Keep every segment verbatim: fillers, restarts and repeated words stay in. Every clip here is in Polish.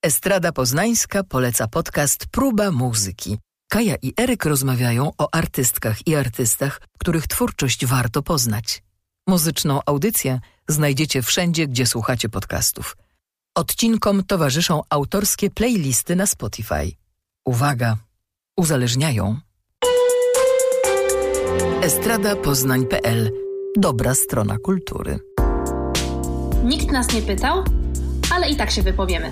Estrada Poznańska poleca podcast Próba Muzyki. Kaja i Eryk rozmawiają o artystkach i artystach, których twórczość warto poznać. Muzyczną audycję znajdziecie wszędzie, gdzie słuchacie podcastów. Odcinkom towarzyszą autorskie playlisty na Spotify. Uwaga, uzależniają. estrada poznań kropka p l. Dobra strona kultury. Nikt nas nie pytał, ale i tak się wypowiemy.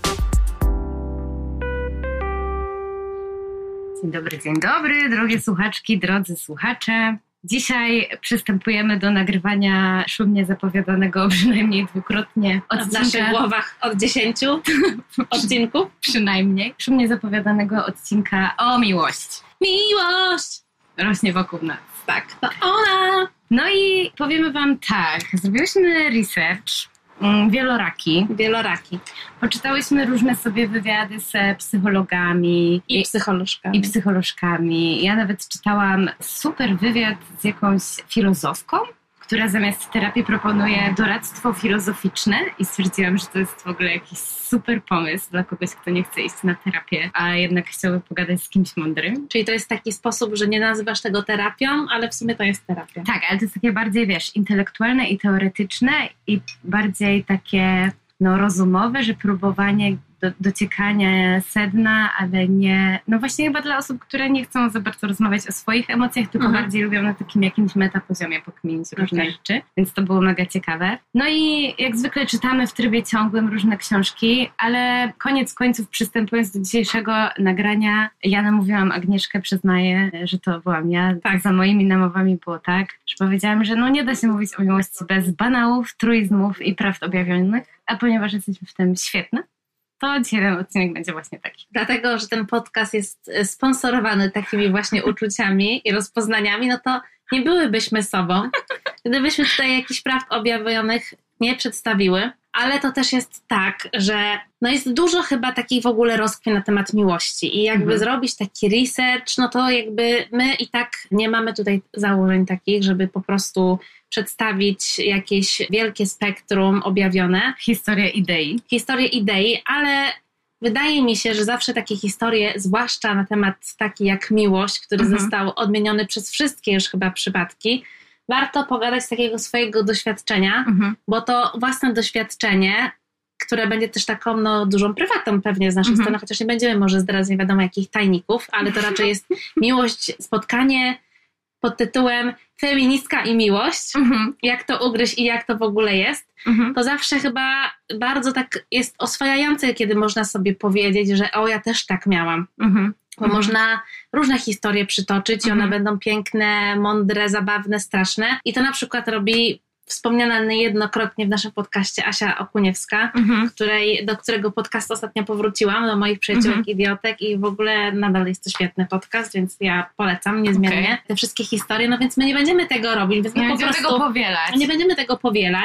Dzień dobry, dzień dobry, drogie słuchaczki, drodzy słuchacze. Dzisiaj przystępujemy do nagrywania szumnie zapowiadanego przynajmniej dwukrotnie odcinka. W naszych głowach od dziesięciu odcinków. Przynajmniej. Szumnie zapowiadanego odcinka o miłość. Miłość! Rośnie wokół nas. Tak, to ona! No i powiemy wam tak, zrobiłyśmy research, wieloraki. Wieloraki. Poczytałyśmy różne sobie wywiady z psychologami. I psycholożkami. I psycholożkami. Ja nawet czytałam super wywiad z jakąś filozofką, która zamiast terapii proponuje doradztwo filozoficzne i stwierdziłam, że to jest w ogóle jakiś super pomysł dla kogoś, kto nie chce iść na terapię, a jednak chciałby pogadać z kimś mądrym. Czyli to jest taki sposób, że nie nazywasz tego terapią, ale w sumie to jest terapia. Tak, ale to jest takie bardziej, wiesz, intelektualne i teoretyczne i bardziej takie no, rozumowe, że próbowanie do, dociekania sedna, ale nie... No właśnie chyba dla osób, które nie chcą za bardzo rozmawiać o swoich emocjach, tylko mhm. bardziej lubią na takim jakimś metapoziomie pokminić różne okay. rzeczy, więc to było mega ciekawe. No i jak zwykle czytamy w trybie ciągłym różne książki, ale koniec końców przystępując do dzisiejszego nagrania, ja namówiłam Agnieszkę, przyznaję, że to byłam ja. Tak. Za moimi namowami było tak, że powiedziałam, że no nie da się mówić o miłości bez banałów, truizmów i prawd objawionych, a ponieważ jesteśmy w tym świetne, to dzisiaj ten odcinek będzie właśnie taki. Dlatego, że ten podcast jest sponsorowany takimi właśnie uczuciami i rozpoznaniami, no to nie byłybyśmy sobą, gdybyśmy tutaj jakichś prawd objawionych nie przedstawiły. Ale to też jest tak, że no jest dużo chyba takich w ogóle rozkmin na temat miłości i jakby mhm. zrobić taki research, no to jakby my i tak nie mamy tutaj założeń takich, żeby po prostu przedstawić jakieś wielkie spektrum objawione. Historię idei. Historię idei, ale wydaje mi się, że zawsze takie historie, zwłaszcza na temat taki jak miłość, który mhm. został odmieniony przez wszystkie już chyba przypadki, warto pogadać z takiego swojego doświadczenia, mhm. bo to własne doświadczenie, które będzie też taką no, dużą prywatą pewnie z naszej mhm. strony, chociaż nie będziemy może zdradzać nie wiadomo jakich tajników, ale to raczej jest miłość, spotkanie pod tytułem Feministka i miłość, mhm. jak to ugryźć i jak to w ogóle jest, mhm. to zawsze chyba bardzo tak jest oswajające, kiedy można sobie powiedzieć, że o, ja też tak miałam. Mhm. Bo mhm. można różne historie przytoczyć i one mhm. będą piękne, mądre, zabawne, straszne. I to na przykład robi wspomniana niejednokrotnie w naszym podcaście Asia Okuniewska, mhm. której, do którego podcastu ostatnio powróciłam, do moich przyjaciółek mhm. idiotek i w ogóle nadal jest to świetny podcast, więc ja polecam niezmiennie okay. te wszystkie historie, no więc my nie będziemy tego robić. Więc nie my będziemy po prostu, tego powielać. Nie będziemy tego powielać,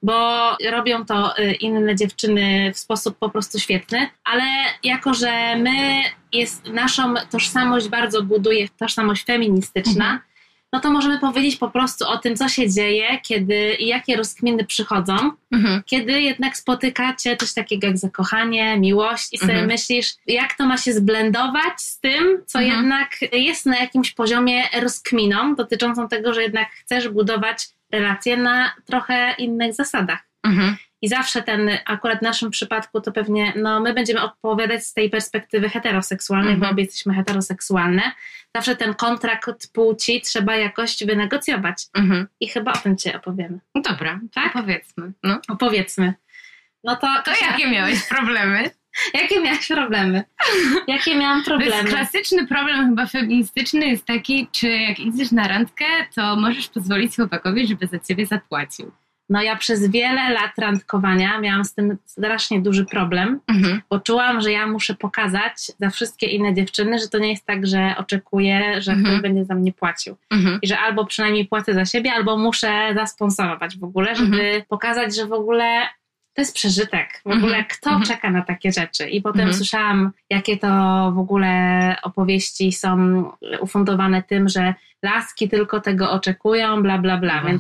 bo robią to inne dziewczyny w sposób po prostu świetny, ale jako, że my jest, naszą tożsamość bardzo buduje tożsamość feministyczna, mhm. no to możemy powiedzieć po prostu o tym, co się dzieje, kiedy i jakie rozkminy przychodzą, mhm. kiedy jednak spotykacie coś takiego jak zakochanie, miłość i sobie mhm. myślisz, jak to ma się zblendować z tym, co mhm. jednak jest na jakimś poziomie rozkminą dotyczącą tego, że jednak chcesz budować relacje na trochę innych zasadach. Mhm. I zawsze ten, akurat w naszym przypadku to pewnie, no my będziemy opowiadać z tej perspektywy heteroseksualnej, mhm. bo obie jesteśmy heteroseksualne. Zawsze ten kontrakt płci trzeba jakoś wynegocjować. Mhm. I chyba o tym dzisiaj opowiemy. No dobra, tak? Opowiedzmy. No. Opowiedzmy. No to, to jakie miałeś problemy? Jakie miałaś problemy? Jakie miałam problemy? To jest klasyczny problem chyba feministyczny jest taki, czy jak idziesz na randkę, to możesz pozwolić chłopakowi, żeby za ciebie zapłacił. No ja przez wiele lat randkowania miałam z tym strasznie duży problem, mhm. bo czułam, że ja muszę pokazać za wszystkie inne dziewczyny, że to nie jest tak, że oczekuję, że mhm. ktoś będzie za mnie płacił. Mhm. I że albo przynajmniej płacę za siebie, albo muszę zasponsorować w ogóle, żeby mhm. pokazać, że w ogóle to jest przeżytek. W ogóle mhm. kto mhm. czeka na takie rzeczy? I potem mhm. słyszałam, jakie to w ogóle opowieści są ufundowane tym, że laski tylko tego oczekują, bla, bla, bla. Ach. Więc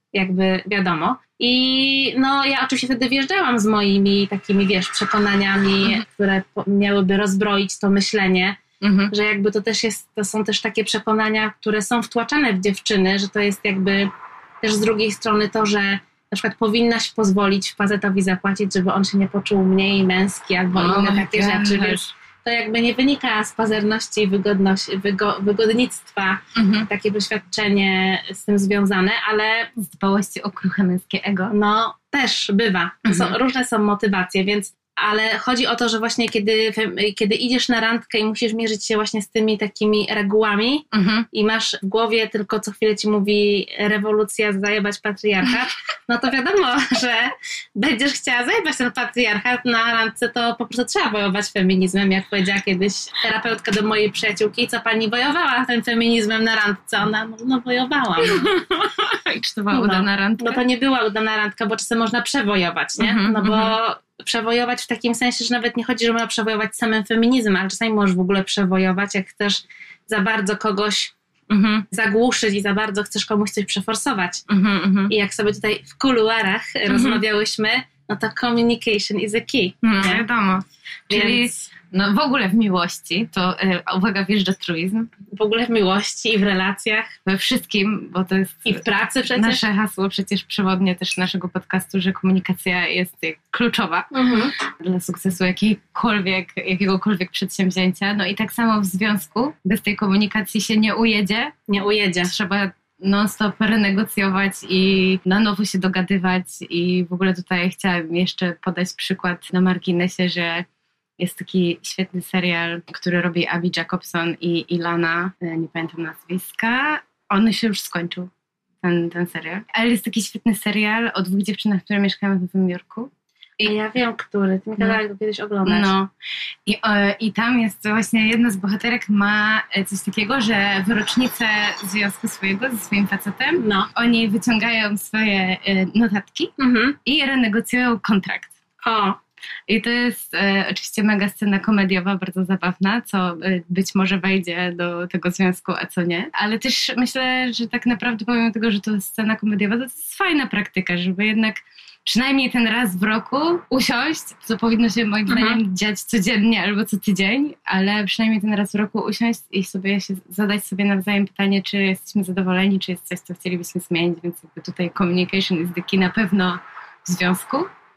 jakby wiadomo. I no ja oczywiście wtedy wjeżdżałam z moimi takimi, wiesz, przekonaniami, mhm. które miałyby rozbroić to myślenie, mhm. że jakby to też jest, to są też takie przekonania, które są wtłaczane w dziewczyny, że to jest jakby też z drugiej strony to, że na przykład powinnaś pozwolić facetowi zapłacić, żeby on się nie poczuł mniej męski albo oh inne takie God. rzeczy, więc to jakby nie wynika z pazerności i wygodności, wygo, wygodnictwa, mhm. takie doświadczenie z tym związane, ale z dbałości o kruche męskie ego. No też bywa. Mhm. Są, różne są motywacje, więc ale chodzi o to, że właśnie kiedy, kiedy idziesz na randkę i musisz mierzyć się właśnie z tymi takimi regułami mhm. i masz w głowie tylko co chwilę ci mówi rewolucja, zajebać patriarchat, no to wiadomo, że będziesz chciała zajebać ten patriarchat na randce, to po prostu trzeba wojować feminizmem, jak powiedziała kiedyś terapeutka do mojej przyjaciółki, co pani wojowała tym feminizmem na randce? Ona, no, no wojowałam. I czy to była udana randka? No to nie była udana randka, bo czasem można przewojować, nie? Mhm, no bo mhm. przewojować w takim sensie, że nawet nie chodzi, że można przewojować samym feminizmem, ale czasami możesz w ogóle przewojować, jak chcesz za bardzo kogoś mhm. zagłuszyć i za bardzo chcesz komuś coś przeforsować. Mhm, mhm. I jak sobie tutaj w kuluarach mhm. rozmawiałyśmy, no to communication is a key. No, wiadomo. Czyli Więc... no, w ogóle w miłości, to yy, uwaga, wjeżdża truizm. W ogóle w miłości i w relacjach. We wszystkim, bo to jest i w pracy przecież. Nasze hasło przecież przewodnie też naszego podcastu, że komunikacja jest kluczowa mhm. dla sukcesu jakiejkolwiek, jakiegokolwiek przedsięwzięcia. No i tak samo w związku, bez tej komunikacji się nie ujedzie. Nie ujedzie. Trzeba non-stop renegocjować i na nowo się dogadywać i w ogóle tutaj chciałam jeszcze podać przykład na marginesie, że jest taki świetny serial, który robi Abby Jacobson i Ilana, nie pamiętam nazwiska. On się już skończył, ten, ten serial. Ale jest taki świetny serial o dwóch dziewczynach, które mieszkają w Nowym Jorku. I ja wiem, który. Ty mi kazałeś go kiedyś oglądać. No. I, o, I tam jest właśnie jedna z bohaterek ma coś takiego, że w rocznicę związku swojego ze swoim facetem no. oni wyciągają swoje notatki mhm. i renegocjują kontrakt. O. I to jest e, oczywiście mega scena komediowa, bardzo zabawna, co e, być może wejdzie do tego związku, a co nie. Ale też myślę, że tak naprawdę pomimo tego, że to jest scena komediowa, to jest fajna praktyka, żeby jednak przynajmniej ten raz w roku usiąść, co powinno się moim zdaniem mhm. dziać codziennie albo co tydzień, ale przynajmniej ten raz w roku usiąść i sobie się, zadać sobie nawzajem pytanie, czy jesteśmy zadowoleni, czy jest coś, co chcielibyśmy zmienić, więc jakby tutaj communication is the key na pewno w związku.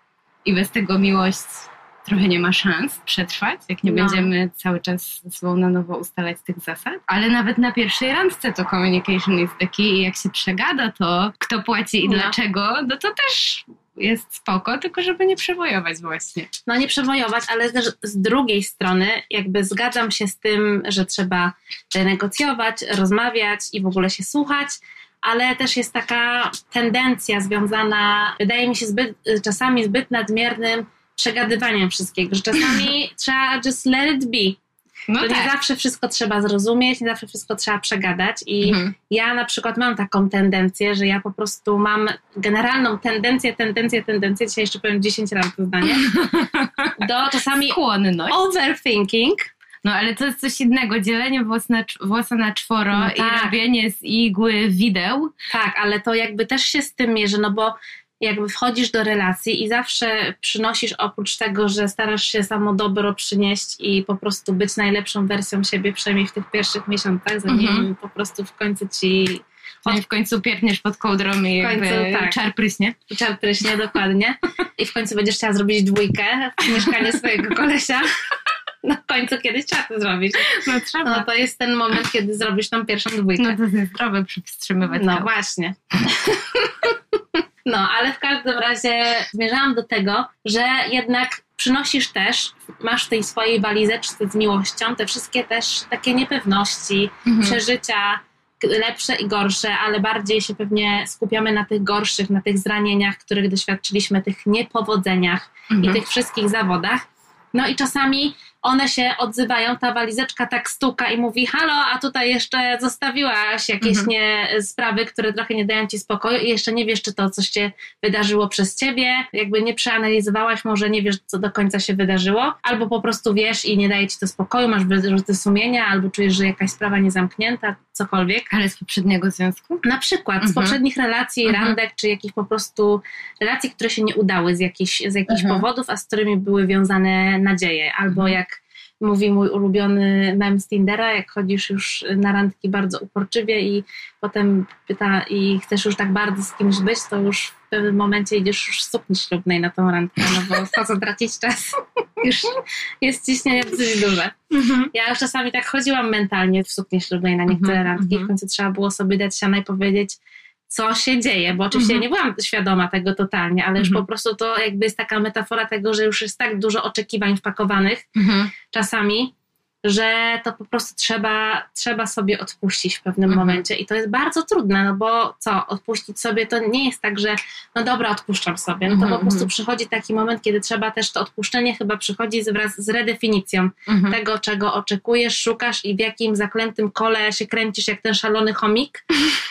I bez tego miłość trochę nie ma szans przetrwać, jak nie no. będziemy cały czas ze sobą na nowo ustalać tych zasad. Ale nawet na pierwszej randce to communication is the key i jak się przegada to, kto płaci i no. dlaczego, no to też jest spoko, tylko żeby nie przewojować właśnie. No nie przewojować, ale też z drugiej strony jakby zgadzam się z tym, że trzeba negocjować, rozmawiać i w ogóle się słuchać, ale też jest taka tendencja związana, wydaje mi się, zbyt, czasami zbyt nadmiernym przegadywaniem wszystkiego, że czasami trzeba just let it be. No to tak. Nie zawsze wszystko trzeba zrozumieć, nie zawsze wszystko trzeba przegadać i mhm. ja na przykład mam taką tendencję, że ja po prostu mam generalną tendencję, tendencję, tendencję, dzisiaj jeszcze powiem dziesięć razy to zdanie, do czasami skłonność. Overthinking. No ale to jest coś innego, dzielenie włosa na, włosa na czworo no tak. i robienie z igły wideł. Tak, ale to jakby też się z tym mierzy, no bo jakby wchodzisz do relacji i zawsze przynosisz oprócz tego, że starasz się samo dobro przynieść i po prostu być najlepszą wersją siebie, przynajmniej w tych pierwszych miesiącach, zanim mm-hmm. po prostu w końcu ci... Od... w końcu pierdniesz pod kołdrą i jakby końcu, tak. czar pryśnie. Czar pryśnie, dokładnie. I w końcu będziesz chciała zrobić dwójkę w mieszkanie swojego kolesia. No w końcu kiedyś trzeba to zrobić. No trzeba. No to jest ten moment, kiedy zrobisz tą pierwszą dwójkę. No to jest zdrowe powstrzymywać. No właśnie. No, ale w każdym razie zmierzałam do tego, że jednak przynosisz też, masz w tej swojej walizeczce z miłością te wszystkie też takie niepewności, mhm. przeżycia lepsze i gorsze, ale bardziej się pewnie skupiamy na tych gorszych, na tych zranieniach, których doświadczyliśmy, tych niepowodzeniach mhm. i tych wszystkich zawodach. No i czasami one się odzywają, ta walizeczka tak stuka i mówi halo, a tutaj jeszcze zostawiłaś jakieś mhm. nie, sprawy, które trochę nie dają ci spokoju i jeszcze nie wiesz, czy to coś się wydarzyło przez ciebie, jakby nie przeanalizowałaś, może nie wiesz, co do końca się wydarzyło, albo po prostu wiesz i nie daje ci to spokoju, masz wyrzuty sumienia, albo czujesz, że jakaś sprawa niezamknięta, cokolwiek. Ale z poprzedniego związku? Na przykład mhm. z poprzednich relacji, mhm. randek, czy jakichś po prostu relacji, które się nie udały z, jakichś, z jakichś mhm. powodów, a z którymi były wiązane nadzieje. Albo mhm. jak mówi mój ulubiony mem z Tindera, jak chodzisz już na randki bardzo uporczywie i potem pyta i chcesz już tak bardzo z kimś być, to już w pewnym momencie idziesz już w sukni ślubnej na tą randkę, no bo po co tracić czas? Już jest ciśnienie dosyć duże. Mm-hmm. Ja już czasami tak chodziłam mentalnie w sukni ślubnej na niektóre mm-hmm. randki, w końcu trzeba było sobie dać siana i powiedzieć, co się dzieje, bo oczywiście mm-hmm. nie byłam świadoma tego totalnie, ale mm-hmm. już po prostu to jakby jest taka metafora tego, że już jest tak dużo oczekiwań wpakowanych mm-hmm. czasami, że to po prostu trzeba, trzeba sobie odpuścić w pewnym mm-hmm. momencie i to jest bardzo trudne, no bo co, odpuścić sobie to nie jest tak, że no dobra, odpuszczam sobie, no to mm-hmm. po prostu przychodzi taki moment, kiedy trzeba też to odpuszczenie chyba przychodzi wraz z redefinicją mm-hmm. tego, czego oczekujesz, szukasz i w jakim zaklętym kole się kręcisz jak ten szalony chomik.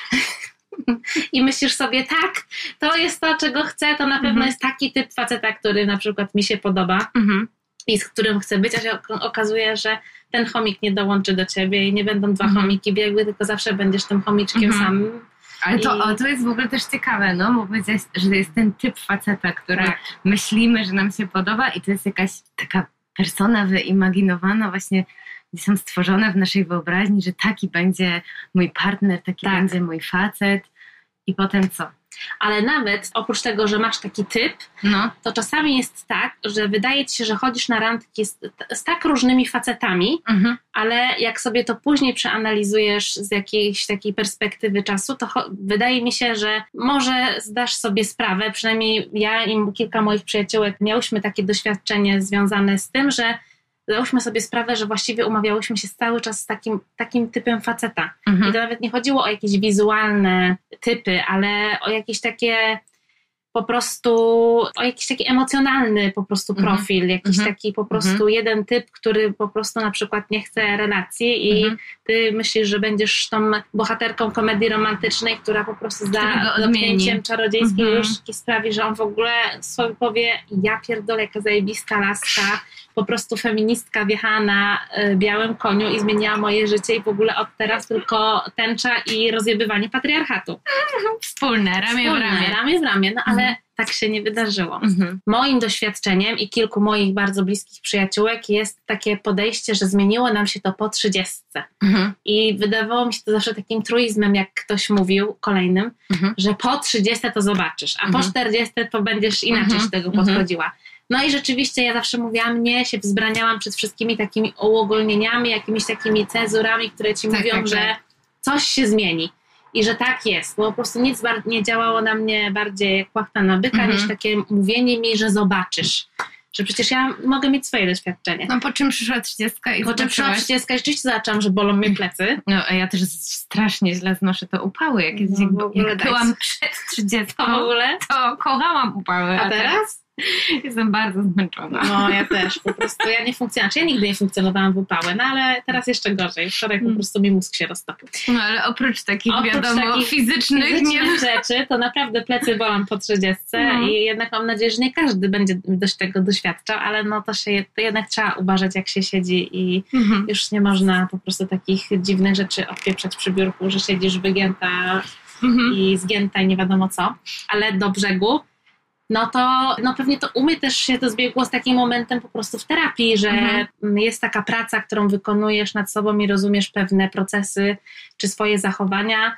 I myślisz sobie, tak, to jest to, czego chcę, to na pewno mhm. jest taki typ faceta, który na przykład mi się podoba mhm. i z którym chcę być, a się okazuje, że ten chomik nie dołączy do ciebie i nie będą dwa mhm. chomiki biegły, tylko zawsze będziesz tym chomiczkiem mhm. samym. Ale to, I... o, to jest w ogóle też ciekawe, no, bo powiedziałeś, że to jest ten typ faceta, który tak. myślimy, że nam się podoba i to jest jakaś taka persona wyimaginowana właśnie, gdzie są stworzone w naszej wyobraźni, że taki będzie mój partner, taki tak. będzie mój facet i potem co? Ale nawet oprócz tego, że masz taki typ, no. to czasami jest tak, że wydaje ci się, że chodzisz na randki z, z tak różnymi facetami, mhm. ale jak sobie to później przeanalizujesz z jakiejś takiej perspektywy czasu, to cho- wydaje mi się, że może zdasz sobie sprawę, przynajmniej ja i kilka moich przyjaciółek miałyśmy takie doświadczenie związane z tym, że zdałyśmy sobie sprawę, że właściwie umawiałyśmy się cały czas z takim, takim typem faceta. Mhm. I to nawet nie chodziło o jakieś wizualne typy, ale o jakieś takie po prostu, o jakiś taki emocjonalny po prostu profil, mhm. jakiś mhm. taki po prostu mhm. jeden typ, który po prostu na przykład nie chce relacji i mhm. ty myślisz, że będziesz tą bohaterką komedii romantycznej, która po prostu za dotknięciem czarodziejskiej mhm. różdżki sprawi, że on w ogóle sobie powie, ja pierdolę, jaka zajebista laska, po prostu feministka wjechała na y, białym koniu i zmieniła moje życie i w ogóle od teraz tylko tęcza i rozjebywanie patriarchatu. Wspólne, ramię Wspólne, w ramię. ramię w ramię, no ale mhm. tak się nie wydarzyło. Mhm. Moim doświadczeniem i kilku moich bardzo bliskich przyjaciółek jest takie podejście, że zmieniło nam się to po trzydziestce. Mhm. I wydawało mi się to zawsze takim truizmem, jak ktoś mówił kolejnym, mhm. że po trzydziestce to zobaczysz, a mhm. po czterdziestce to będziesz inaczej mhm. do tego podchodziła. No i rzeczywiście ja zawsze mówiłam nie, się wzbraniałam przed wszystkimi takimi uogólnieniami, jakimiś takimi cezurami, które ci tak, mówią, tak, że tak. coś się zmieni i że tak jest. Bo po prostu nic bar- nie działało na mnie bardziej jak płachta na byka, mhm. niż takie mówienie mi, że zobaczysz. Że przecież ja mogę mieć swoje doświadczenie. No po czym przyszła trzydziestka i Po czym przyszła trzydziestka i rzeczywiście zaczęłam, że bolą mnie plecy. No a ja też strasznie źle znoszę te upały. Jak, no, jak, jak byłam przed trzydziestką, w ogóle? to kochałam upały. A, a teraz? teraz? Jestem bardzo zmęczona. No ja też, po prostu ja nie funkcjonowałam, ja nigdy nie funkcjonowałam w upały, no ale teraz jeszcze gorzej. Wczoraj po prostu mi mózg się roztopił. No ale oprócz takich oprócz wiadomo takich fizycznych, fizycznych nie... rzeczy, to naprawdę plecy bolą po trzydziestce no. i jednak mam nadzieję, że nie każdy będzie dość tego doświadczał, ale no to się to jednak trzeba uważać, jak się siedzi i mhm. już nie można po prostu takich dziwnych rzeczy odpieprzać przy biurku, że siedzisz wygięta mhm. i zgięta i nie wiadomo co, ale do brzegu. No to no pewnie to u mnie też się to zbiegło z takim momentem po prostu w terapii, że mhm. jest taka praca, którą wykonujesz nad sobą i rozumiesz pewne procesy czy swoje zachowania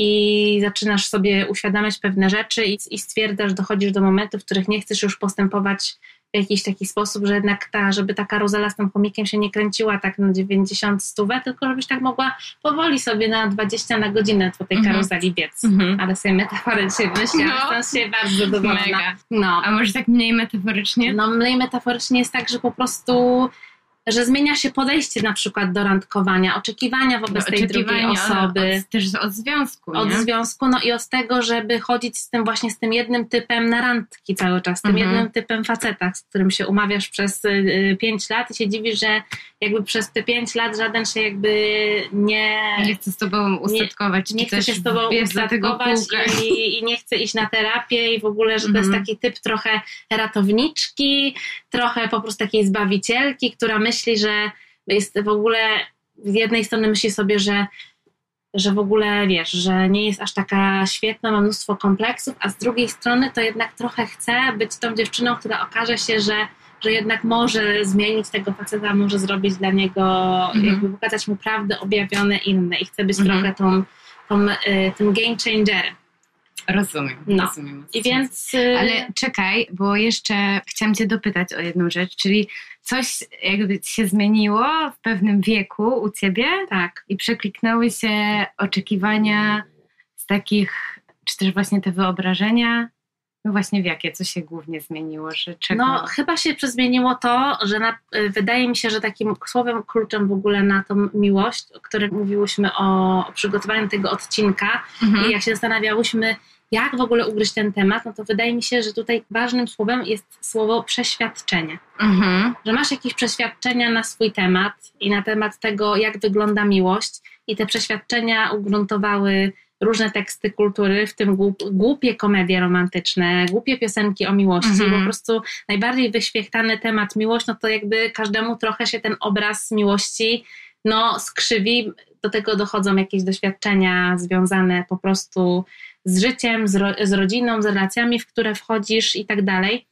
i zaczynasz sobie uświadamiać pewne rzeczy i, i stwierdzasz, dochodzisz do momentów, w których nie chcesz już postępować w jakiś taki sposób, że jednak ta, żeby ta karuzela z tym chomikiem się nie kręciła tak na dziewięćdziesiąt stówę, tylko żebyś tak mogła powoli sobie na dwadzieścia na godzinę po tej mm-hmm. karuzeli biec. Mm-hmm. Ale sobie metaforycznie myślałam, no. Jestem się bardzo zadowolona. No. A może tak mniej metaforycznie? No mniej metaforycznie jest tak, że po prostu że zmienia się podejście na przykład do randkowania, oczekiwania wobec no, tej drugiej osoby. Od, też od związku, Od nie? związku, no i od tego, żeby chodzić z tym właśnie z tym jednym typem na randki cały czas, z tym mhm. jednym typem faceta, z którym się umawiasz przez y, pięć lat i się dziwisz, że jakby przez te pięć lat żaden się jakby nie... Nie chce z tobą ustatkować. Nie, nie chce się z tobą ustatkować i, i nie chce iść na terapię i w ogóle, że mhm. to jest taki typ trochę ratowniczki, trochę po prostu takiej zbawicielki, która myśli, że jest w ogóle z jednej strony myśli sobie, że że w ogóle wiesz, że nie jest aż taka świetna, ma mnóstwo kompleksów, a z drugiej strony to jednak trochę chce być tą dziewczyną, która okaże się, że, że jednak może zmienić tego faceta, może zrobić dla niego, mhm. jakby pokazać mu prawdy objawione inne i chce być mhm. trochę tą, tą, y, tym game changerem. Rozumiem, no. rozumiem. I więc... Ale czekaj, bo jeszcze chciałam cię dopytać o jedną rzecz, czyli coś jakby się zmieniło w pewnym wieku u ciebie? Tak. I przekliknęły się oczekiwania z takich, czy też właśnie te wyobrażenia? No właśnie w jakie? Co się głównie zmieniło? Że czego? No chyba się zmieniło to, że na, wydaje mi się, że takim słowem kluczem w ogóle na tą miłość, o której mówiłyśmy o, o przygotowaniu tego odcinka mhm. i jak się zastanawiałyśmy, jak w ogóle ugryźć ten temat, no to wydaje mi się, że tutaj ważnym słowem jest słowo przeświadczenie. Mhm. Że masz jakieś przeświadczenia na swój temat i na temat tego, jak wygląda miłość i te przeświadczenia ugruntowały różne teksty kultury, w tym głup, głupie komedie romantyczne, głupie piosenki o miłości, mhm. po prostu najbardziej wyświechtany temat miłość, no to jakby każdemu trochę się ten obraz miłości no skrzywi, do tego dochodzą jakieś doświadczenia związane po prostu z życiem, z, ro, z rodziną, z relacjami, w które wchodzisz i tak dalej.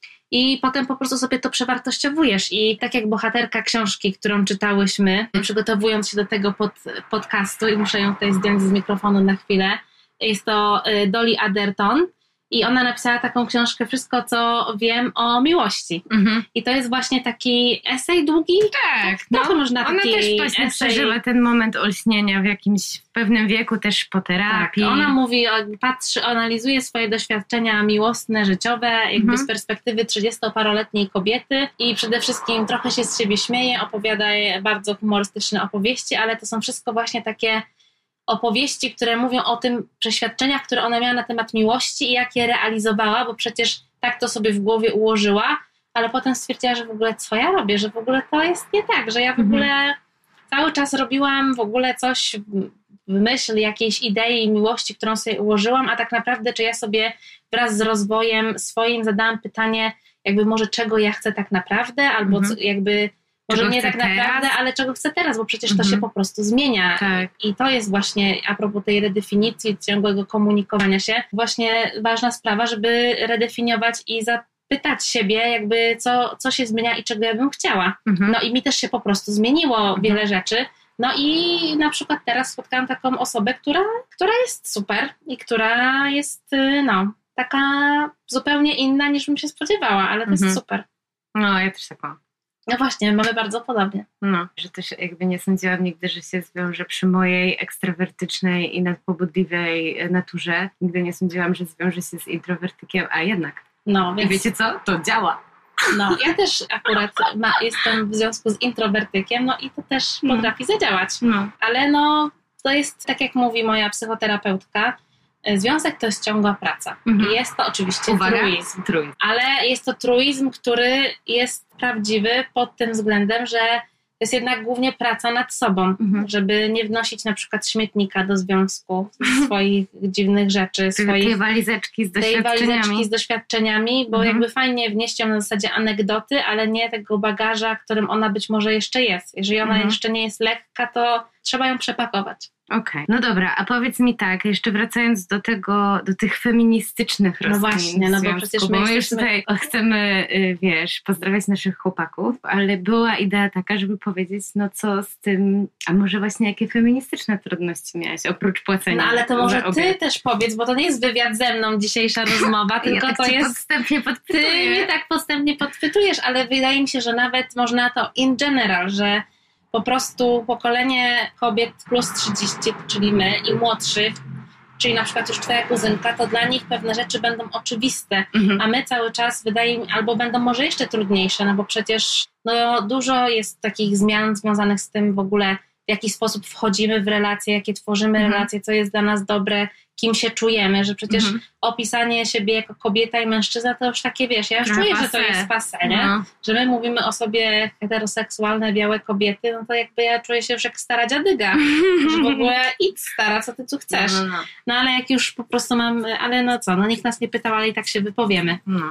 I potem po prostu sobie to przewartościowujesz. I tak jak bohaterka książki, którą czytałyśmy, przygotowując się do tego pod, podcastu, i muszę ją tutaj zdjąć z mikrofonu na chwilę, jest to Dolly Alderton. I ona napisała taką książkę Wszystko, co wiem o miłości. Mhm. I to jest właśnie taki esej długi. Tak. No, to można taki ona też właśnie esej... przeżyła ten moment olśnienia w jakimś w pewnym wieku, też po terapii. Tak. Ona mówi, patrzy, analizuje swoje doświadczenia miłosne, życiowe, jakby mhm. z perspektywy trzydziestoparoletniej kobiety i przede wszystkim trochę się z siebie śmieje, opowiada bardzo humorystyczne opowieści, ale to są wszystko właśnie takie opowieści, które mówią o tym przeświadczeniach, które ona miała na temat miłości i jak je realizowała, bo przecież tak to sobie w głowie ułożyła, ale potem stwierdziła, że w ogóle co ja robię, że w ogóle to jest nie tak, że ja w ogóle mhm. cały czas robiłam w ogóle coś w myśl jakiejś idei miłości, którą sobie ułożyłam, a tak naprawdę czy ja sobie wraz z rozwojem swoim zadałam pytanie, jakby może czego ja chcę tak naprawdę, albo mhm. co, jakby może czego nie tak teraz? naprawdę, ale czego chcę teraz, bo przecież mhm. to się po prostu zmienia. Tak. I to jest właśnie, a propos tej redefinicji, ciągłego komunikowania się, właśnie ważna sprawa, żeby redefiniować i zapytać siebie, jakby co, co się zmienia i czego ja bym chciała. Mhm. No i mi też się po prostu zmieniło mhm. wiele rzeczy. No i na przykład teraz spotkałam taką osobę, która, która jest super i która jest no taka zupełnie inna, niż bym się spodziewała, ale to mhm. jest super. No, ja też tak mam. No właśnie, mamy bardzo podobnie. No, że też jakby nie sądziłam nigdy, że się zwiąże przy mojej ekstrawertycznej i nadpobudliwej naturze. Nigdy nie sądziłam, że zwiąże się z introwertykiem, a jednak. No, więc... I wiecie co? To działa. No, ja też akurat ma, jestem w związku z introwertykiem, no i to też no. potrafi zadziałać. No. Ale no, to jest tak jak mówi moja psychoterapeutka, związek to jest ciągła praca. Mhm. I jest to oczywiście Uwaga, truizm. truizm. Ale jest to truizm, który jest prawdziwy pod tym względem, że to jest jednak głównie praca nad sobą, mhm. żeby nie wnosić na przykład śmietnika do związku, swoich dziwnych rzeczy, swoich, tej walizeczki z doświadczeniami. Tej walizeczki z doświadczeniami, bo mhm. jakby fajnie wnieść ją na zasadzie anegdoty, ale nie tego bagaża, którym ona być może jeszcze jest. Jeżeli ona mhm. jeszcze nie jest lekka, to trzeba ją przepakować. Okej, okay. No dobra, a powiedz mi tak, jeszcze wracając do tego, do tych feministycznych rozwiązań. No właśnie, no bo przecież my, bo my już tutaj chcemy, wiesz, pozdrawiać naszych chłopaków, ale była idea taka, żeby powiedzieć, no co z tym, a może właśnie jakie feministyczne trudności miałaś, oprócz płacenia. No ale to może ty też powiedz, bo to nie jest wywiad ze mną dzisiejsza rozmowa, tylko ja tak to jest... podstępnie podpytuję. Ty mnie tak podstępnie podpytujesz, ale wydaje mi się, że nawet można to in general, że po prostu pokolenie kobiet plus trzydzieści, czyli my i młodszych, czyli na przykład już twoja kuzynka, to dla nich pewne rzeczy będą oczywiste, mhm. a my cały czas wydaje mi, albo będą może jeszcze trudniejsze, no bo przecież no, dużo jest takich zmian związanych z tym w ogóle, w jaki sposób wchodzimy w relacje, jakie tworzymy mhm. relacje, co jest dla nas dobre, kim się czujemy, że przecież mhm. opisanie siebie jako kobieta i mężczyzna to już takie, wiesz, ja już no, czuję, pase. że to jest passé, nie? No. Że my mówimy o sobie heteroseksualne, białe kobiety, no to jakby ja czuję się już jak stara dziadyga, że w ogóle idź stara, co ty tu chcesz. No, no, no. no ale jak już po prostu mam, ale no co, no nikt nas nie pytał, ale i tak się wypowiemy. No.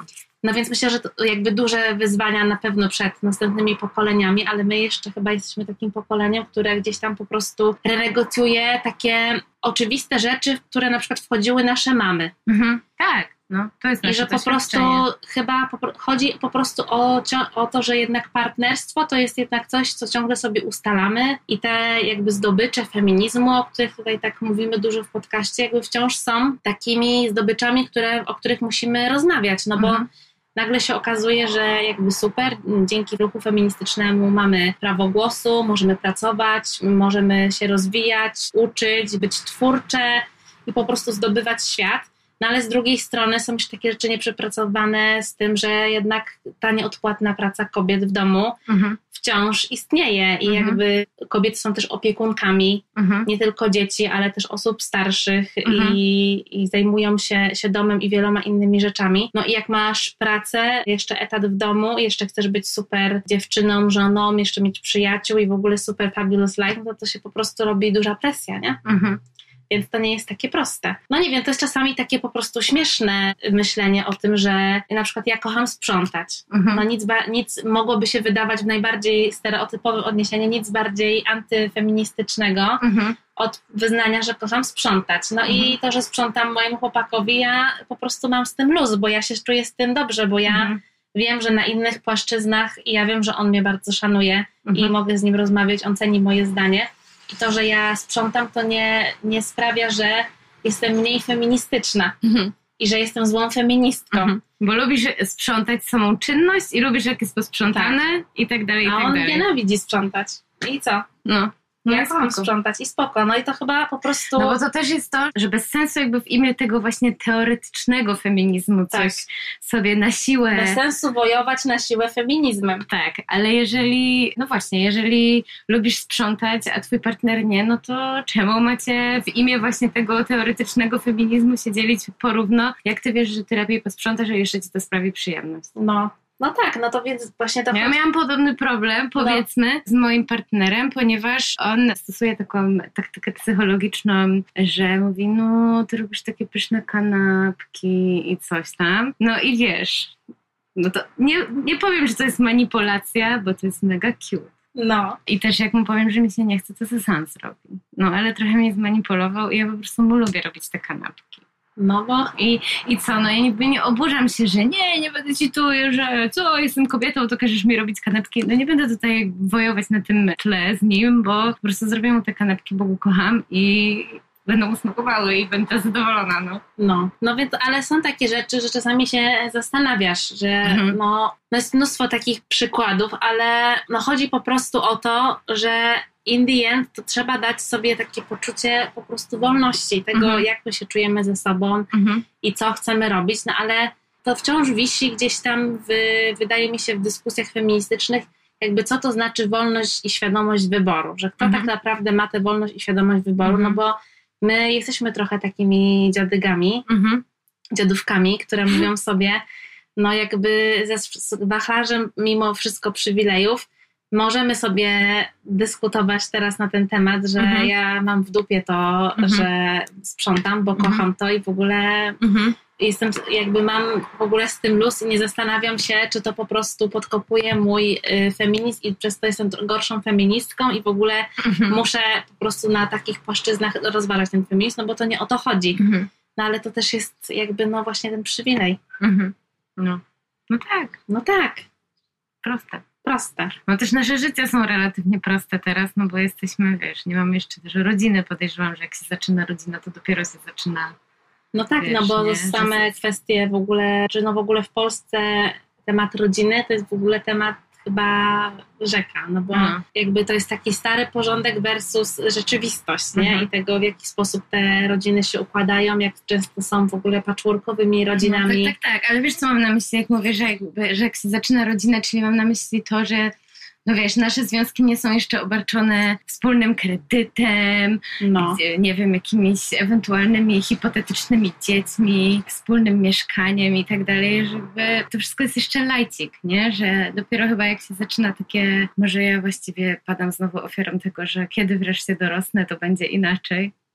No więc myślę, że to jakby duże wyzwania na pewno przed następnymi pokoleniami, ale my jeszcze chyba jesteśmy takim pokoleniem, które gdzieś tam po prostu renegocjuje takie oczywiste rzeczy, w które na przykład wchodziły nasze mamy. Mhm. Tak. No, to jest I że po prostu chyba po, chodzi po prostu o, o to, że jednak partnerstwo to jest jednak coś, co ciągle sobie ustalamy i te jakby zdobycze feminizmu, o których tutaj tak mówimy dużo w podcaście, jakby wciąż są takimi zdobyczami, które, o których musimy rozmawiać, no bo mhm. nagle się okazuje, że jakby super, dzięki ruchu feministycznemu mamy prawo głosu, możemy pracować, możemy się rozwijać, uczyć, być twórcze i po prostu zdobywać świat. No ale z drugiej strony są już takie rzeczy nieprzepracowane z tym, że jednak ta nieodpłatna praca kobiet w domu mhm. wciąż istnieje i mhm. jakby kobiety są też opiekunkami, mhm. nie tylko dzieci, ale też osób starszych mhm. i, i zajmują się, się domem i wieloma innymi rzeczami. No i jak masz pracę, jeszcze etat w domu, jeszcze chcesz być super dziewczyną, żoną, jeszcze mieć przyjaciół i w ogóle super fabulous life, no to, to się po prostu robi duża presja, nie? Mhm. Więc to nie jest takie proste. No nie wiem, to jest czasami takie po prostu śmieszne myślenie o tym, że na przykład ja kocham sprzątać. Mhm. No nic, ba- nic mogłoby się wydawać w najbardziej stereotypowym odniesieniu, nic bardziej antyfeministycznego mhm. od wyznania, że kocham sprzątać. No mhm. i to, że sprzątam mojemu chłopakowi, ja po prostu mam z tym luz, bo ja się czuję z tym dobrze, bo ja mhm. wiem, że na innych płaszczyznach i ja wiem, że on mnie bardzo szanuje mhm. i mogę z nim rozmawiać, on ceni moje zdanie. I to, że ja sprzątam, to nie, nie sprawia, że jestem mniej feministyczna mhm. i że jestem złą feministką. Mhm. Bo lubisz sprzątać samą czynność i lubisz, jak jest posprzątane tak. i tak dalej, i A tak on dalej. nienawidzi sprzątać. I co? No. No ja kocham sprzątać i spoko. No i to chyba po prostu... No bo to też jest to, że bez sensu jakby w imię tego właśnie teoretycznego feminizmu coś tak. sobie na siłę... Bez sensu wojować na siłę feminizmem. Tak, ale jeżeli... No właśnie, jeżeli lubisz sprzątać, a twój partner nie, no to czemu macie w imię właśnie tego teoretycznego feminizmu się dzielić porówno, jak ty wiesz, że ty lepiej posprzątasz, a jeszcze ci to sprawi przyjemność? No. No tak, no to więc właśnie to... Ja miałam podobny problem, powiedzmy, no. z moim partnerem, ponieważ on stosuje taką taktykę psychologiczną, że mówi, no ty robisz takie pyszne kanapki i coś tam. No i wiesz, no to nie, nie powiem, że to jest manipulacja, bo to jest mega cute. No. I też jak mu powiem, że mi się nie chce, to co sam zrobi. No ale trochę mnie zmanipulował i ja po prostu mu lubię robić te kanapki. No bo i, i co, no ja niby nie oburzam się, że nie, nie będę ci tu, że co, jestem kobietą, to każesz mi robić kanapki. No nie będę tutaj wojować na tym tle z nim, bo po prostu zrobię mu te kanapki, bo go kocham i będą mu smakowały i będę zadowolona, no. No, no więc, ale są takie rzeczy, że czasami się zastanawiasz, że mhm. no, no jest mnóstwo takich przykładów, ale no chodzi po prostu o to, że in the end to trzeba dać sobie takie poczucie po prostu wolności, tego mhm. jak my się czujemy ze sobą mhm. i co chcemy robić, no ale to wciąż wisi gdzieś tam, w, wydaje mi się, w dyskusjach feministycznych, jakby co to znaczy wolność i świadomość wyboru, że kto mhm. tak naprawdę ma tę wolność i świadomość wyboru, mhm. no bo my jesteśmy trochę takimi dziadygami, mhm. dziadówkami, które mówią sobie, no jakby ze wachlarzem mimo wszystko przywilejów, możemy sobie dyskutować teraz na ten temat, że mhm. ja mam w dupie to, mhm. że sprzątam, bo mhm. kocham to i w ogóle mhm. jestem, jakby mam w ogóle z tym luz i nie zastanawiam się, czy to po prostu podkopuje mój y, feminizm i przez to jestem gorszą feministką i w ogóle mhm. muszę po prostu na takich płaszczyznach rozważać ten feminizm, no bo to nie o to chodzi. Mhm. No ale to też jest jakby no właśnie ten przywilej. Mhm. No. no tak. No tak. Proste. Proste. No też nasze życia są relatywnie proste teraz, no bo jesteśmy, wiesz, nie mamy jeszcze też rodziny. Podejrzewam, że jak się zaczyna rodzina, to dopiero się zaczyna. No tak, wiesz, no bo nie? same że kwestie w ogóle, że no w ogóle w Polsce temat rodziny to jest w ogóle temat chyba rzeka, no bo no. jakby to jest taki stary porządek versus rzeczywistość, nie? Mhm. I tego, w jaki sposób te rodziny się układają, jak często są w ogóle patchworkowymi rodzinami. No, tak, tak, tak, ale wiesz co mam na myśli, jak mówię, że, jakby, że jak się zaczyna rodzina, czyli mam na myśli to, że no wiesz, nasze związki nie są jeszcze obarczone wspólnym kredytem, no. nie wiem, jakimiś ewentualnymi hipotetycznymi dziećmi, wspólnym mieszkaniem i tak dalej, żeby to wszystko jest jeszcze lajcik, nie? Że dopiero chyba jak się zaczyna takie, może ja właściwie padam znowu ofiarą tego, że kiedy wreszcie dorosnę, to będzie inaczej.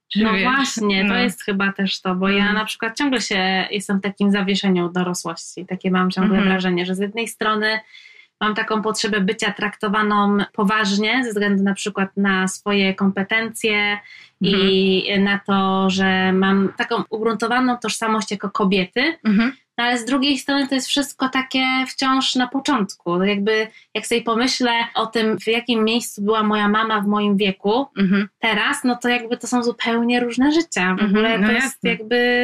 Że no wiesz, właśnie, no. to jest chyba też to, bo Mm. ja na przykład ciągle się jestem w takim zawieszeniu dorosłości. Takie mam ciągle Mhm. wrażenie, że z jednej strony mam taką potrzebę bycia traktowaną poważnie ze względu na przykład na swoje kompetencje i na to, że mam taką ugruntowaną tożsamość jako kobiety, Mhm. no ale z drugiej strony to jest wszystko takie wciąż na początku. No jakby jak sobie pomyślę o tym, w jakim miejscu była moja mama w moim wieku Mhm. teraz, no to jakby to są zupełnie różne życia. W Mhm, ogóle no to jest jasne. jakby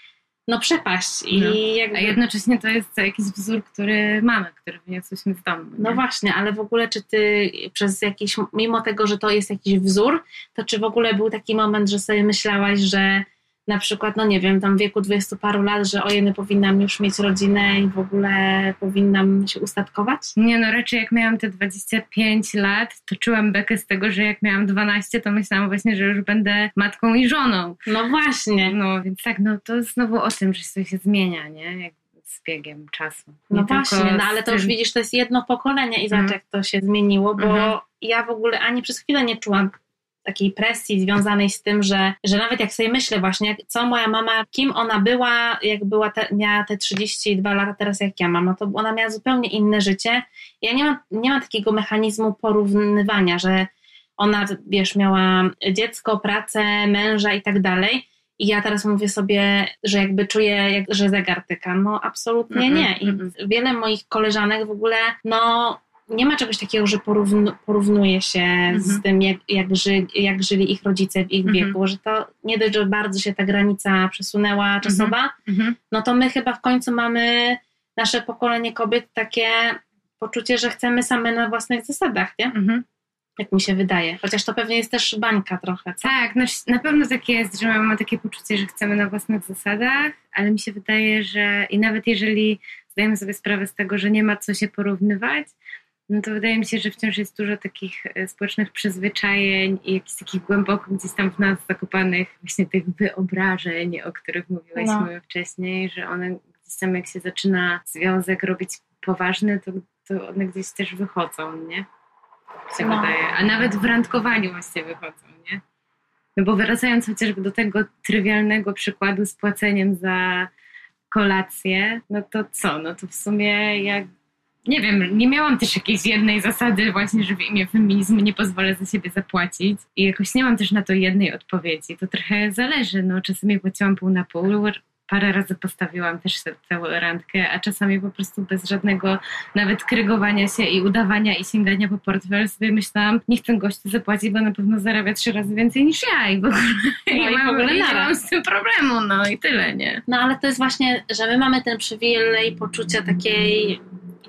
no przepaść. I No. jakby... A jednocześnie to jest jakiś wzór, który mamy, który wyniosłyśmy z domu. No nie? właśnie, ale w ogóle czy ty przez jakiś, mimo tego, że to jest jakiś wzór, to czy w ogóle był taki moment, że sobie myślałaś, że na przykład, no nie wiem, tam w wieku dwudziestu paru lat, że ojej, powinnam już mieć rodzinę i w ogóle powinnam się ustatkować? Nie, no raczej jak miałam te dwadzieścia pięć lat, to czułam bekę z tego, że jak miałam dwanaście, to myślałam właśnie, że już będę matką i żoną. No właśnie. No więc tak, no to znowu o tym, że coś się zmienia, nie? Jak z biegiem czasu. Nie No tylko właśnie, no z ale to tym- już widzisz, to jest jedno pokolenie i zobacz, Mhm. jak to się zmieniło, bo Mhm. ja w ogóle ani przez chwilę nie czułam takiej presji związanej z tym, że, że nawet jak sobie myślę właśnie, jak, co moja mama, kim ona była, jak była te, miała te trzydzieści dwa lata teraz jak ja mam, no to ona miała zupełnie inne życie. Ja nie mam, nie mam takiego mechanizmu porównywania, że ona, wiesz, miała dziecko, pracę, męża i tak dalej. I ja teraz mówię sobie, że jakby czuję, jak, że zegar tyka. No absolutnie Mm-mm, nie. I mm-mm. wiele moich koleżanek w ogóle, no nie ma czegoś takiego, że porównu, porównuje się Mhm. z tym, jak, jak, ży, jak żyli ich rodzice w ich Mhm. wieku, że to nie dość, że bardzo się ta granica przesunęła czasowa, Mhm. no to my chyba w końcu mamy, nasze pokolenie kobiet, takie poczucie, że chcemy same na własnych zasadach, nie? Mhm. Jak mi się wydaje. Chociaż to pewnie jest też bańka trochę, co? Tak, no, na pewno tak jest, że mamy takie poczucie, że chcemy na własnych zasadach, ale mi się wydaje, że i nawet jeżeli zdajemy sobie sprawę z tego, że nie ma co się porównywać, no to wydaje mi się, że wciąż jest dużo takich e, społecznych przyzwyczajeń i jakichś takich głęboko gdzieś tam w nas zakopanych właśnie tych wyobrażeń, o których mówiłyśmy No. wcześniej, że one gdzieś tam jak się zaczyna związek robić poważny, to, to one gdzieś też wychodzą, nie? Się No. wydaje. A nawet w randkowaniu właśnie wychodzą, nie? No bo wracając chociażby do tego trywialnego przykładu z płaceniem za kolację, no to co? No to w sumie jak nie wiem, nie miałam też jakiejś jednej zasady właśnie, że w imię feminizmu nie pozwolę za siebie zapłacić i jakoś nie mam też na to jednej odpowiedzi. To trochę zależy, no czasami płaciłam pół na pół, parę razy postawiłam też całą randkę, a czasami po prostu bez żadnego nawet krygowania się i udawania i sięgania po portfel sobie myślałam, niech ten gościu zapłaci, bo na pewno zarabia trzy razy więcej niż ja i w ogóle, No i i w mam, ogóle i nie nara. mam z tym problemu, no i tyle, nie? No ale to jest właśnie, że my mamy ten przywilej poczucia takiej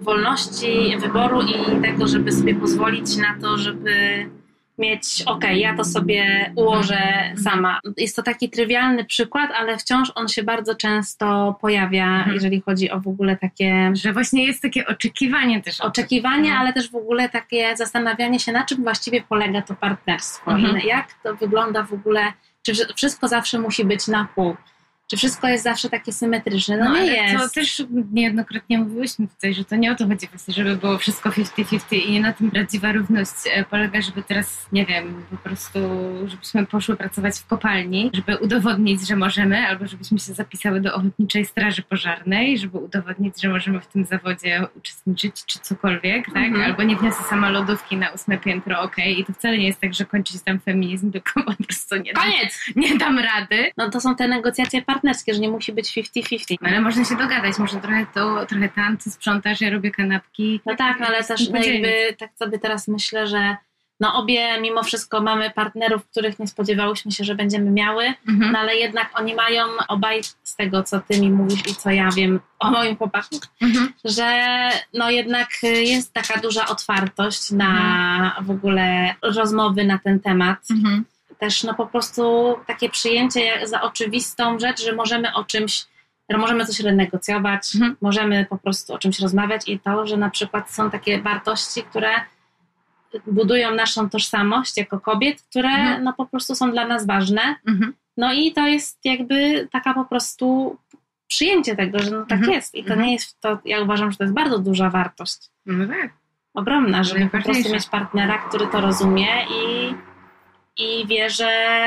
wolności wyboru i tego, żeby sobie pozwolić na to, żeby mieć, okej, okay, ja to sobie ułożę sama. Jest to taki trywialny przykład, ale wciąż on się bardzo często pojawia, Mhm. jeżeli chodzi o w ogóle takie Że właśnie jest takie oczekiwanie też. oczekiwanie, No. ale też w ogóle takie zastanawianie się, na czym właściwie polega to partnerstwo Mhm. i jak to wygląda w ogóle, czy wszystko zawsze musi być na pół. Czy wszystko jest zawsze takie symetryczne? No, No, nie ale jest. to też niejednokrotnie mówiłyśmy tutaj, że to nie o to chodzi właśnie, żeby było wszystko pięćdziesiąt na pięćdziesiąt i nie na tym prawdziwa równość e, polega, żeby teraz, nie wiem, po prostu, żebyśmy poszły pracować w kopalni, żeby udowodnić, że możemy, albo żebyśmy się zapisały do Ochotniczej Straży Pożarnej, żeby udowodnić, że możemy w tym zawodzie uczestniczyć, czy cokolwiek, tak? Mhm. Albo nie wniosę sama lodówki na ósme piętro, okej, okay. I to wcale nie jest tak, że kończy się tam feminizm, tylko po prostu nie dam, Koniec! nie dam rady. No to są te negocjacje partnerskie, że nie musi być pięćdziesiąt na pięćdziesiąt. Ale można się dogadać, może trochę to, trochę tam, ty sprzątasz, ja robię kanapki. No tak, no ale też no jakby tak sobie teraz myślę, że no obie mimo wszystko mamy partnerów, których nie spodziewałyśmy się, że będziemy miały, Mhm. no ale jednak oni mają obaj z tego, co ty mi mówisz i co ja wiem o moim chłopaku, Mhm. że no jednak jest taka duża otwartość na w ogóle rozmowy na ten temat. Mhm. Też no po prostu takie przyjęcie za oczywistą rzecz, że możemy o czymś, że możemy coś renegocjować, Mhm. możemy po prostu o czymś rozmawiać i to, że na przykład są takie wartości, które budują naszą tożsamość jako kobiet, które Mhm. no po prostu są dla nas ważne. Mhm. No i to jest jakby taka po prostu przyjęcie tego, że no tak Mhm. jest i to Mhm. nie jest to, ja uważam, że to jest bardzo duża wartość. No tak. Ogromna, żeby po Najważniejsza. prostu mieć partnera, który to rozumie i i wie, że,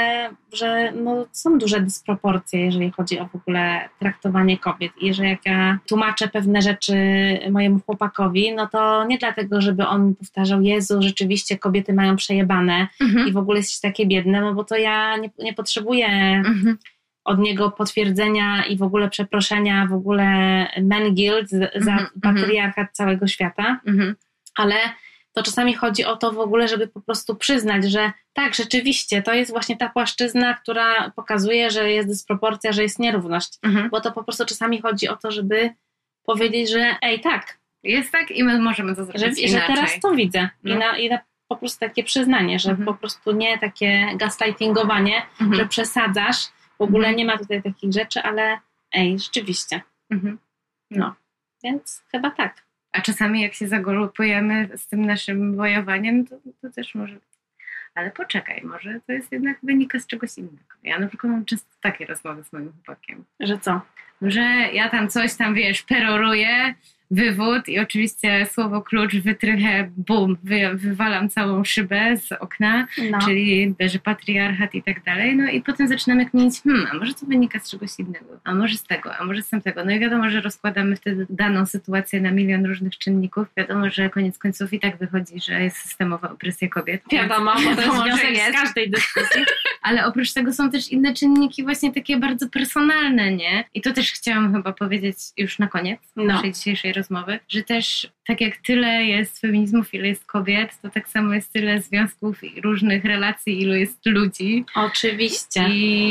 że no, są duże dysproporcje, jeżeli chodzi o w ogóle traktowanie kobiet i że jak ja tłumaczę pewne rzeczy mojemu chłopakowi, no to nie dlatego, żeby on mi powtarzał: Jezu, rzeczywiście kobiety mają przejebane mhm. i w ogóle jesteś takie biedne, no bo to ja nie, nie potrzebuję mhm. od niego potwierdzenia i w ogóle przeproszenia w ogóle men guilt za mhm. patriarchat całego świata, mhm. ale to czasami chodzi o to w ogóle, żeby po prostu przyznać, że tak, rzeczywiście, to jest właśnie ta płaszczyzna, która pokazuje, że jest dysproporcja, że jest nierówność. Mhm. Bo to po prostu czasami chodzi o to, żeby powiedzieć, że ej, tak. Jest tak i my możemy to zrobić że, że teraz to widzę. No. I, na, I na po prostu takie przyznanie, że mhm. po prostu nie takie gaslightingowanie, mhm. że przesadzasz. W ogóle mhm. nie ma tutaj takich rzeczy, ale ej, rzeczywiście. Mhm. No, więc chyba tak. A czasami jak się zagolupujemy z tym naszym wojowaniem, to, to też może... Ale poczekaj, może to jest jednak wynika z czegoś innego. Ja na przykład mam często takie rozmowy z moim chłopakiem. Że co? Że ja tam coś tam, wiesz, peroruję, wywód i oczywiście słowo klucz, wytrychę, bum, wy, wywalam całą szybę z okna, no. czyli że patriarchat i tak dalej. No i potem zaczynamy kminić, hmm, a może to wynika z czegoś innego, a może z tego, a może z tamtego. No i wiadomo, że rozkładamy wtedy daną sytuację na milion różnych czynników. Wiadomo, że koniec końców i tak wychodzi, że jest systemowa opresja kobiet. Wiadomo, bo to jest wniosek z każdej dyskusji. Ale oprócz tego są też inne czynniki właśnie takie bardzo personalne, nie? I to też chciałam chyba powiedzieć już na koniec no. naszej dzisiejszej rozmowy, że też tak jak tyle jest feminizmów, ile jest kobiet, to tak samo jest tyle związków i różnych relacji, ilu jest ludzi. Oczywiście.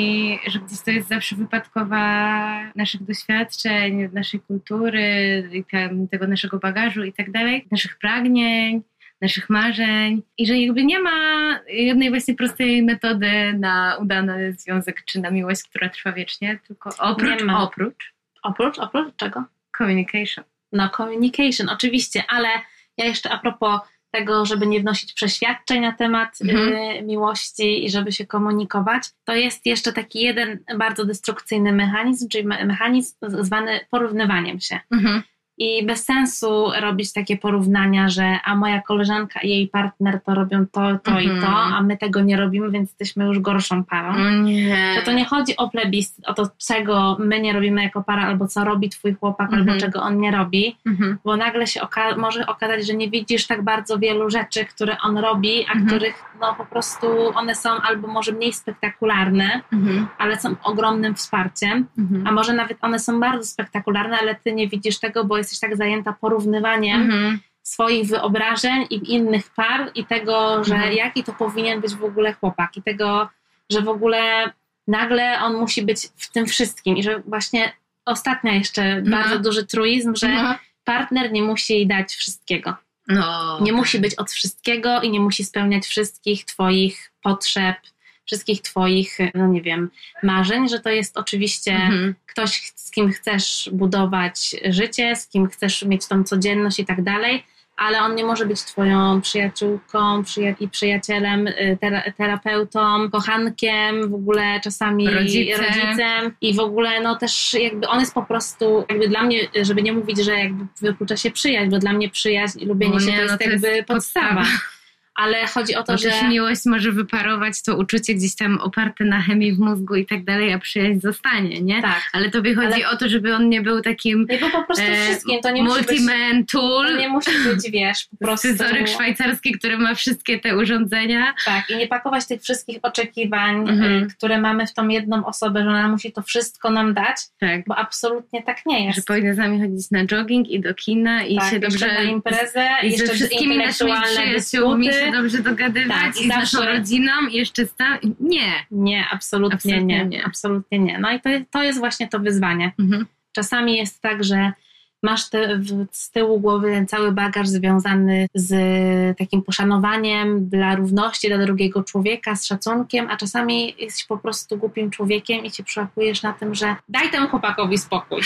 I że gdzieś to jest zawsze wypadkowa naszych doświadczeń, naszej kultury, i tam, tego naszego bagażu i tak dalej, naszych pragnień, naszych marzeń i że jakby nie ma jednej właśnie prostej metody na udany związek czy na miłość, która trwa wiecznie, tylko oprócz, oprócz. Oprócz? Oprócz czego? Communication. No communication, oczywiście, ale ja jeszcze a propos tego, żeby nie wnosić przeświadczeń na temat mhm. y, miłości i żeby się komunikować, to jest jeszcze taki jeden bardzo destrukcyjny mechanizm, czyli mechanizm zwany porównywaniem się. Mhm. I bez sensu robić takie porównania, że a moja koleżanka i jej partner to robią to, to mm-hmm. i to, a my tego nie robimy, więc jesteśmy już gorszą parą. Nie. Że to nie chodzi o plebiscyt, o to, czego my nie robimy jako para, albo co robi twój chłopak, mm-hmm. albo czego on nie robi, mm-hmm. bo nagle się oka- może okazać, że nie widzisz tak bardzo wielu rzeczy, które on robi, a mm-hmm. których no po prostu one są albo może mniej spektakularne, mm-hmm. ale są ogromnym wsparciem, mm-hmm. a może nawet one są bardzo spektakularne, ale ty nie widzisz tego, bo jesteś tak zajęta porównywaniem mm-hmm. swoich wyobrażeń i innych par i tego, że mm-hmm. jaki to powinien być w ogóle chłopak i tego, że w ogóle nagle on musi być w tym wszystkim i że właśnie ostatnia jeszcze mm-hmm. bardzo duży truizm, że mm-hmm. partner nie musi jej dać wszystkiego. No. Nie musi być od wszystkiego i nie musi spełniać wszystkich twoich potrzeb, wszystkich twoich, no nie wiem, marzeń, że to jest oczywiście mhm. ktoś, z kim chcesz budować życie, z kim chcesz mieć tą codzienność i tak dalej, ale on nie może być twoją przyjaciółką przyja- i przyjacielem, tera- terapeutą, kochankiem, w ogóle czasami rodzicem. rodzicem i w ogóle no też jakby on jest po prostu, jakby dla mnie, żeby nie mówić, że jakby wyklucza się przyjaźń, bo dla mnie przyjaźń i lubienie no się nie, to jest no to jakby jest podstawa. podstawa. Ale chodzi o to, no że... Też miłość może wyparować, to uczucie gdzieś tam oparte na chemii w mózgu i tak dalej, a przyjaźń zostanie, nie? Tak. Ale tobie chodzi Ale... o to, żeby on nie był takim... Nie był po prostu e, wszystkim. To nie multi-man tool. To nie musi być, wiesz, po prostu... Scyzoryk szwajcarski, który ma wszystkie te urządzenia. Tak, i nie pakować tych wszystkich oczekiwań, mhm. które mamy w tą jedną osobę, że ona musi to wszystko nam dać, tak. bo absolutnie tak nie jest. Że powinna z nami chodzić na jogging i do kina i tak, się dobrze... na imprezę, i jeszcze ze wszystkimi naszymi przyjaciółmi się dobrze dogadywać tak, i z zawsze... naszą rodziną i jeszcze z tam... Nie. Nie, absolutnie, absolutnie nie. nie. Absolutnie nie. No i to, to jest właśnie to wyzwanie. Mhm. Czasami jest tak, że masz te, w, z tyłu głowy ten cały bagaż związany z takim poszanowaniem dla równości, dla drugiego człowieka, z szacunkiem, a czasami jesteś po prostu głupim człowiekiem i się przyłapujesz na tym, że daj temu chłopakowi spokój.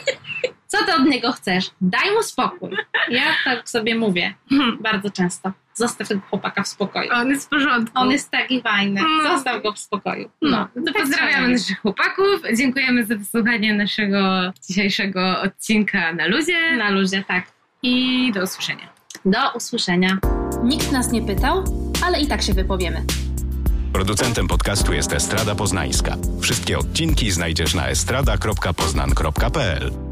Co ty od niego chcesz? Daj mu spokój. Ja tak sobie mówię bardzo często. Zostaw tego chłopaka w spokoju. On jest w porządku. On jest taki fajny. Zostaw go w spokoju. No, no to pozdrawiamy naszych chłopaków. Dziękujemy za wysłuchanie naszego dzisiejszego odcinka na luzie. Na luzie, tak. I do usłyszenia. Do usłyszenia. Nikt nas nie pytał, ale i tak się wypowiemy. Producentem podcastu jest Estrada Poznańska. Wszystkie odcinki znajdziesz na estrada kropka poznan kropka p l.